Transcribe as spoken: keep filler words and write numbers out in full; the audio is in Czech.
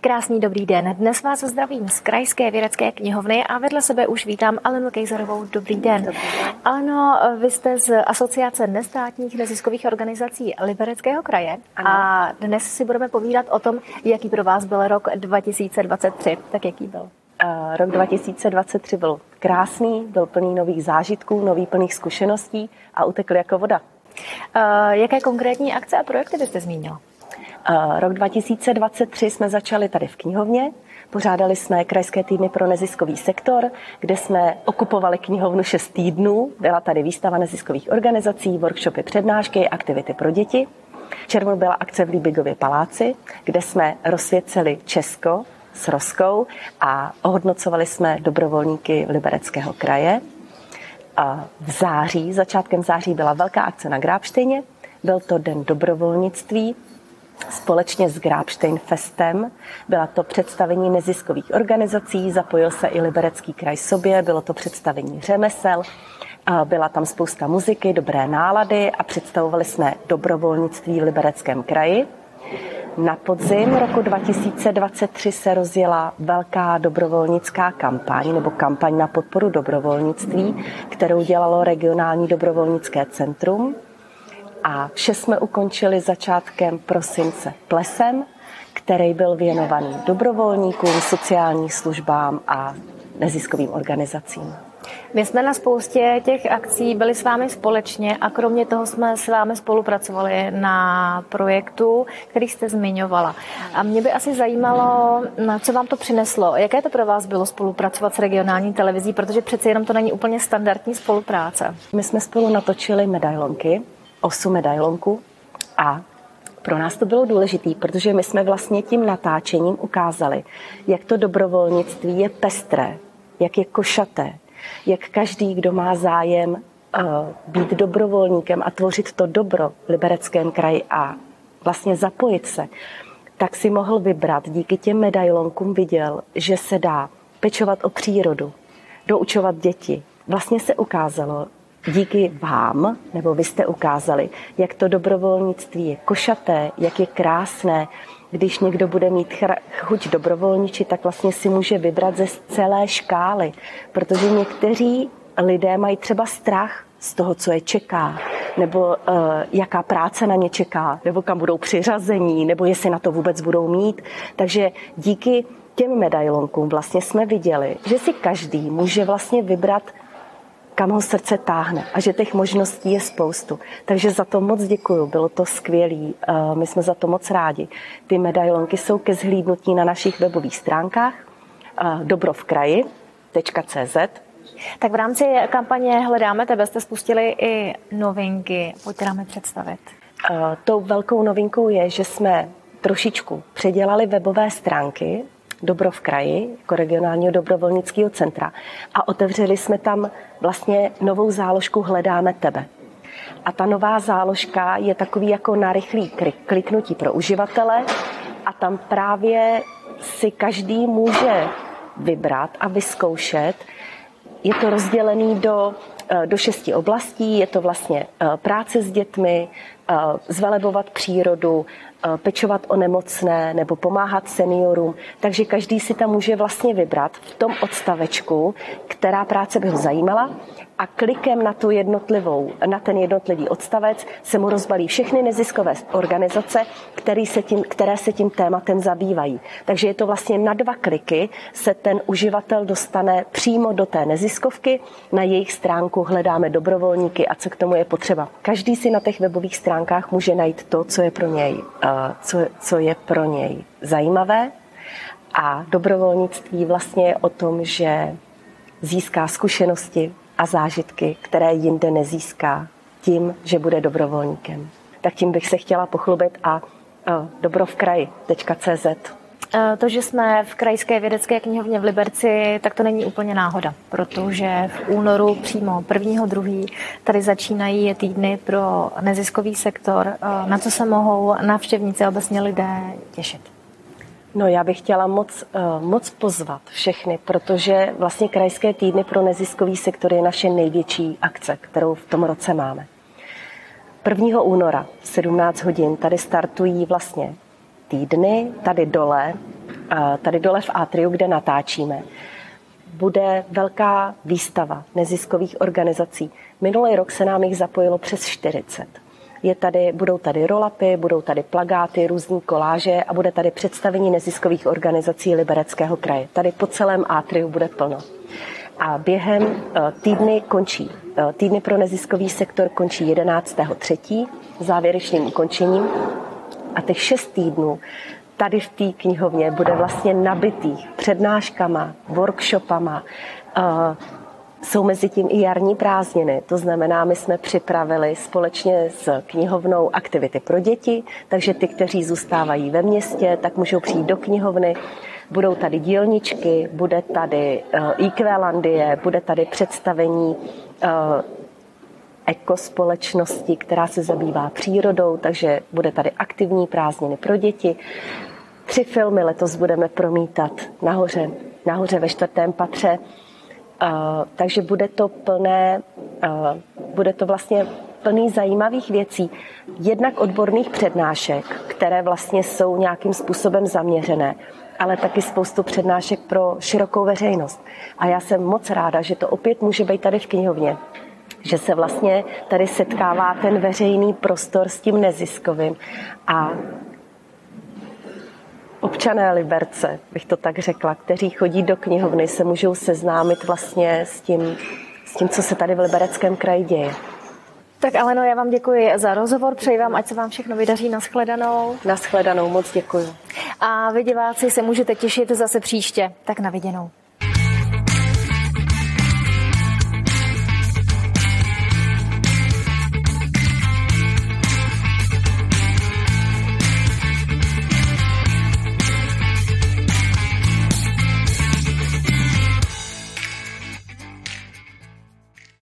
Krásný dobrý den. Dnes vás zdravím z Krajské vědecké knihovny a vedle sebe už vítám Alenu Kejzarovou. Dobrý den. Dobrý den. Aleno, vy jste z Asociace nestátních neziskových organizací Libereckého kraje. Ano. A dnes si budeme povídat o tom, jaký pro vás byl rok dva tisíce dvacet tři. Tak jaký byl? Uh, rok dva tisíce dvacet tři byl krásný, byl plný nových zážitků, nových plných zkušeností a utekl jako voda. Uh, jaké konkrétní akce a projekty byste zmínila? Uh, rok dva tisíce dvacet tři jsme začali tady v knihovně. Pořádali jsme Krajské týdny pro neziskový sektor, kde jsme okupovali knihovnu šest týdnů. Byla tady výstava neziskových organizací, workshopy, přednášky, aktivity pro děti. V červnu byla akce v Líbigově paláci, kde jsme rozsvěceli Česko s Roskou a ohodnocovali jsme dobrovolníky Libereckého kraje. A v září, začátkem září byla velká akce na Grabštejně. Byl to den dobrovolnictví. Společně s Grabštejn Festem byla to představení neziskových organizací, zapojil se i Liberecký kraj sobě, bylo to představení řemesel, byla tam spousta muziky, dobré nálady a představovali jsme dobrovolnictví v Libereckém kraji. Na podzim roku dva tisíce dvacet tři se rozjela velká dobrovolnická kampaň nebo kampaň na podporu dobrovolnictví, kterou dělalo regionální dobrovolnické centrum. A vše jsme ukončili začátkem prosince plesem, který byl věnovaný dobrovolníkům, sociálním službám a neziskovým organizacím. My jsme na spoustě těch akcí byli s vámi společně a kromě toho jsme s vámi spolupracovali na projektu, který jste zmiňovala. A mě by asi zajímalo, co vám to přineslo. Jaké to pro vás bylo spolupracovat s regionální televizí, protože přece jenom to není úplně standardní spolupráce. My jsme spolu natočili medailonky, osm medailonků a pro nás to bylo důležité, protože my jsme vlastně tím natáčením ukázali, jak to dobrovolnictví je pestré, jak je košaté, jak každý, kdo má zájem uh, být dobrovolníkem a tvořit to dobro v Libereckém kraji a vlastně zapojit se, tak si mohl vybrat, díky těm medailonkům viděl, že se dá pečovat o přírodu, doučovat děti. Vlastně se ukázalo, díky vám, nebo vy jste ukázali, jak to dobrovolnictví je košaté, jak je krásné. Když někdo bude mít chuť dobrovolničit, tak vlastně si může vybrat ze celé škály, protože někteří lidé mají třeba strach z toho, co je čeká, nebo uh, jaká práce na ně čeká, nebo kam budou přiřazení, nebo jestli na to vůbec budou mít. Takže díky těm medailonkům vlastně jsme viděli, že si každý může vlastně vybrat, kam ho srdce táhne a že těch možností je spoustu. Takže za to moc děkuju, bylo to skvělý, my jsme za to moc rádi. Ty medailonky jsou ke zhlídnutí na našich webových stránkách dobrovkraji tečka cé zet. Tak v rámci kampaně Hledáme tebe jste spustili i novinky, pojďte nám je představit. Tou velkou novinkou je, že jsme trošičku předělali webové stránky Dobro v kraji, jako regionálního dobrovolnického centra. A otevřeli jsme tam vlastně novou záložku Hledáme tebe. A ta nová záložka je takový jako na rychlý kliknutí pro uživatele a tam právě si každý může vybrat a vyzkoušet. Je to rozdělený do, do šesti oblastí, je to vlastně práce s dětmi, zvelebovat přírodu, pečovat o nemocné nebo pomáhat seniorům. Takže každý si tam může vlastně vybrat v tom odstavečku, která práce by ho zajímala a klikem na tu jednotlivou, na ten jednotlivý odstavec se mu rozbalí všechny neziskové organizace, které se tím, které se tím tématem zabývají. Takže je to vlastně na dva kliky se ten uživatel dostane přímo do té neziskovky, na jejich stránku Hledáme dobrovolníky a co k tomu je potřeba. Každý si na těch webových stránkách může najít to, co je pro něj, co, co je pro něj zajímavé. A dobrovolnictví vlastně je o tom, že získá zkušenosti a zážitky, které jinde nezíská tím, že bude dobrovolníkem. Tak tím bych se chtěla pochlubit a dobrovkraji tečka cé zet. To, že jsme v Krajské vědecké knihovně v Liberci, tak to není úplně náhoda, protože v únoru přímo prvního druhý tady začínají týdny pro neziskový sektor, na co se mohou návštěvníci a obecně lidé těšit. No, já bych chtěla moc, moc pozvat všechny, protože vlastně Krajské týdny pro neziskový sektor je naše největší akce, kterou v tom roce máme. prvního února v sedmnáct hodin tady startují vlastně týdny, tady dole tady dole v Atriu, kde natáčíme, bude velká výstava neziskových organizací. Minulý rok se nám jich zapojilo přes čtyřicet. Je tady, budou tady roll-upy, budou tady plakáty, různý koláže a bude tady představení neziskových organizací Libereckého kraje. Tady po celém Atriu bude plno. A během týdny končí. Týdny pro neziskový sektor končí jedenáctého třetího závěrečným ukončením a těch šest týdnů tady v té knihovně bude vlastně nabitých přednáškama, workshopama. Jsou mezi tím i jarní prázdniny, to znamená, my jsme připravili společně s knihovnou aktivity pro děti, takže ty, kteří zůstávají ve městě, tak můžou přijít do knihovny. Budou tady dílničky, bude tady Equalandie, bude tady představení ekospolečnosti, která se zabývá přírodou, takže bude tady aktivní prázdniny pro děti. Tři filmy letos budeme promítat nahoře, nahoře ve čtvrtém patře. Uh, takže bude to plné, uh, bude to vlastně plný zajímavých věcí, jednak odborných přednášek, které vlastně jsou nějakým způsobem zaměřené, ale taky spoustu přednášek pro širokou veřejnost. A já jsem moc ráda, že to opět může být tady v knihovně, že se vlastně tady setkává ten veřejný prostor s tím neziskovým a občané Liberce, bych to tak řekla, kteří chodí do knihovny, se můžou seznámit vlastně s tím, s tím, co se tady v Libereckém kraji děje. Tak Aleno, já vám děkuji za rozhovor, přeji vám, ať se vám všechno vydaří. Nashledanou. Nashledanou, moc děkuji. A vy diváci se můžete těšit zase příště, tak na viděnou.